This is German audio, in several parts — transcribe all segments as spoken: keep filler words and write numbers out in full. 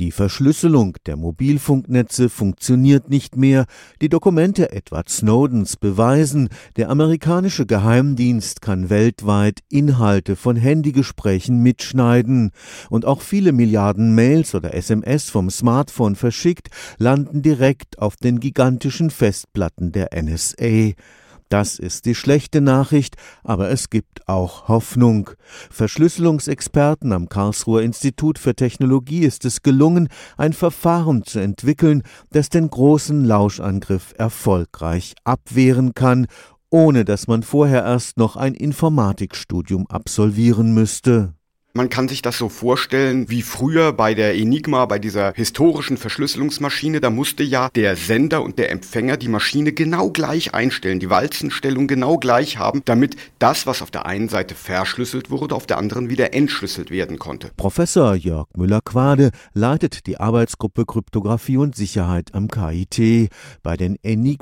Die Verschlüsselung der Mobilfunknetze funktioniert nicht mehr. Die Dokumente Edward Snowdens beweisen, der amerikanische Geheimdienst kann weltweit Inhalte von Handygesprächen mitschneiden. Und auch viele Milliarden Mails oder S M S vom Smartphone verschickt, landen direkt auf den gigantischen Festplatten der N S A. Das ist die schlechte Nachricht, aber es gibt auch Hoffnung. Verschlüsselungsexperten am Karlsruher Institut für Technologie ist es gelungen, ein Verfahren zu entwickeln, das den großen Lauschangriff erfolgreich abwehren kann, ohne dass man vorher erst noch ein Informatikstudium absolvieren müsste. Man kann sich das so vorstellen wie früher bei der Enigma, bei dieser historischen Verschlüsselungsmaschine. Da musste ja der Sender und der Empfänger die Maschine genau gleich einstellen, die Walzenstellung genau gleich haben, damit das, was auf der einen Seite verschlüsselt wurde, auf der anderen wieder entschlüsselt werden konnte. Professor Jörg Müller-Quade leitet die Arbeitsgruppe Kryptographie und Sicherheit am K I T. Bei den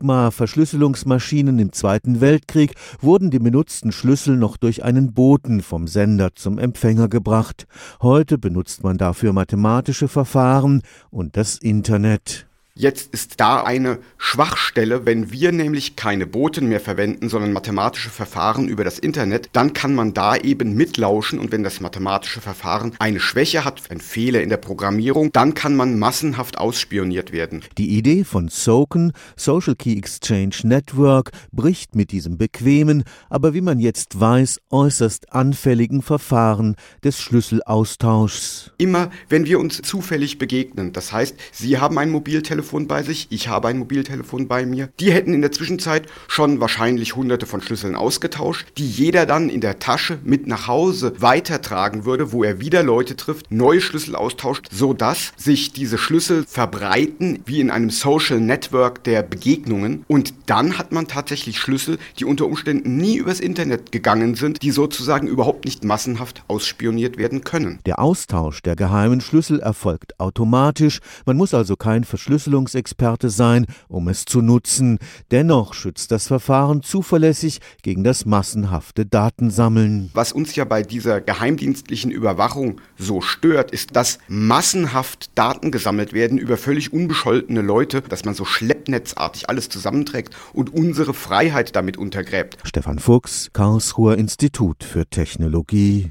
Enigma-Verschlüsselungsmaschinen im Zweiten Weltkrieg wurden die benutzten Schlüssel noch durch einen Boten vom Sender zum Empfänger gebracht. Gebracht. Heute benutzt man dafür mathematische Verfahren und das Internet. Jetzt ist da eine Schwachstelle, wenn wir nämlich keine Boten mehr verwenden, sondern mathematische Verfahren über das Internet, dann kann man da eben mitlauschen und wenn das mathematische Verfahren eine Schwäche hat, ein Fehler in der Programmierung, dann kann man massenhaft ausspioniert werden. Die Idee von SOKN, Social Key Exchange Network, bricht mit diesem bequemen, aber wie man jetzt weiß, äußerst anfälligen Verfahren des Schlüsselaustauschs. Immer, wenn wir uns zufällig begegnen, das heißt, Sie haben ein Mobiltelefon bei sich, ich habe ein Mobiltelefon bei mir. Die hätten in der Zwischenzeit schon wahrscheinlich hunderte von Schlüsseln ausgetauscht, die jeder dann in der Tasche mit nach Hause weitertragen würde, wo er wieder Leute trifft, neue Schlüssel austauscht, sodass sich diese Schlüssel verbreiten wie in einem Social Network der Begegnungen. Und dann hat man tatsächlich Schlüssel, die unter Umständen nie übers Internet gegangen sind, die sozusagen überhaupt nicht massenhaft ausspioniert werden können. Der Austausch der geheimen Schlüssel erfolgt automatisch. Man muss also kein Verschlüsselungsexperte sein, um es zu nutzen. Dennoch schützt das Verfahren zuverlässig gegen das massenhafte Datensammeln. Was uns ja bei dieser geheimdienstlichen Überwachung so stört, ist, dass massenhaft Daten gesammelt werden über völlig unbescholtene Leute, dass man so schleppnetzartig alles zusammenträgt und unsere Freiheit damit untergräbt. Stefan Fuchs, Karlsruher Institut für Technologie.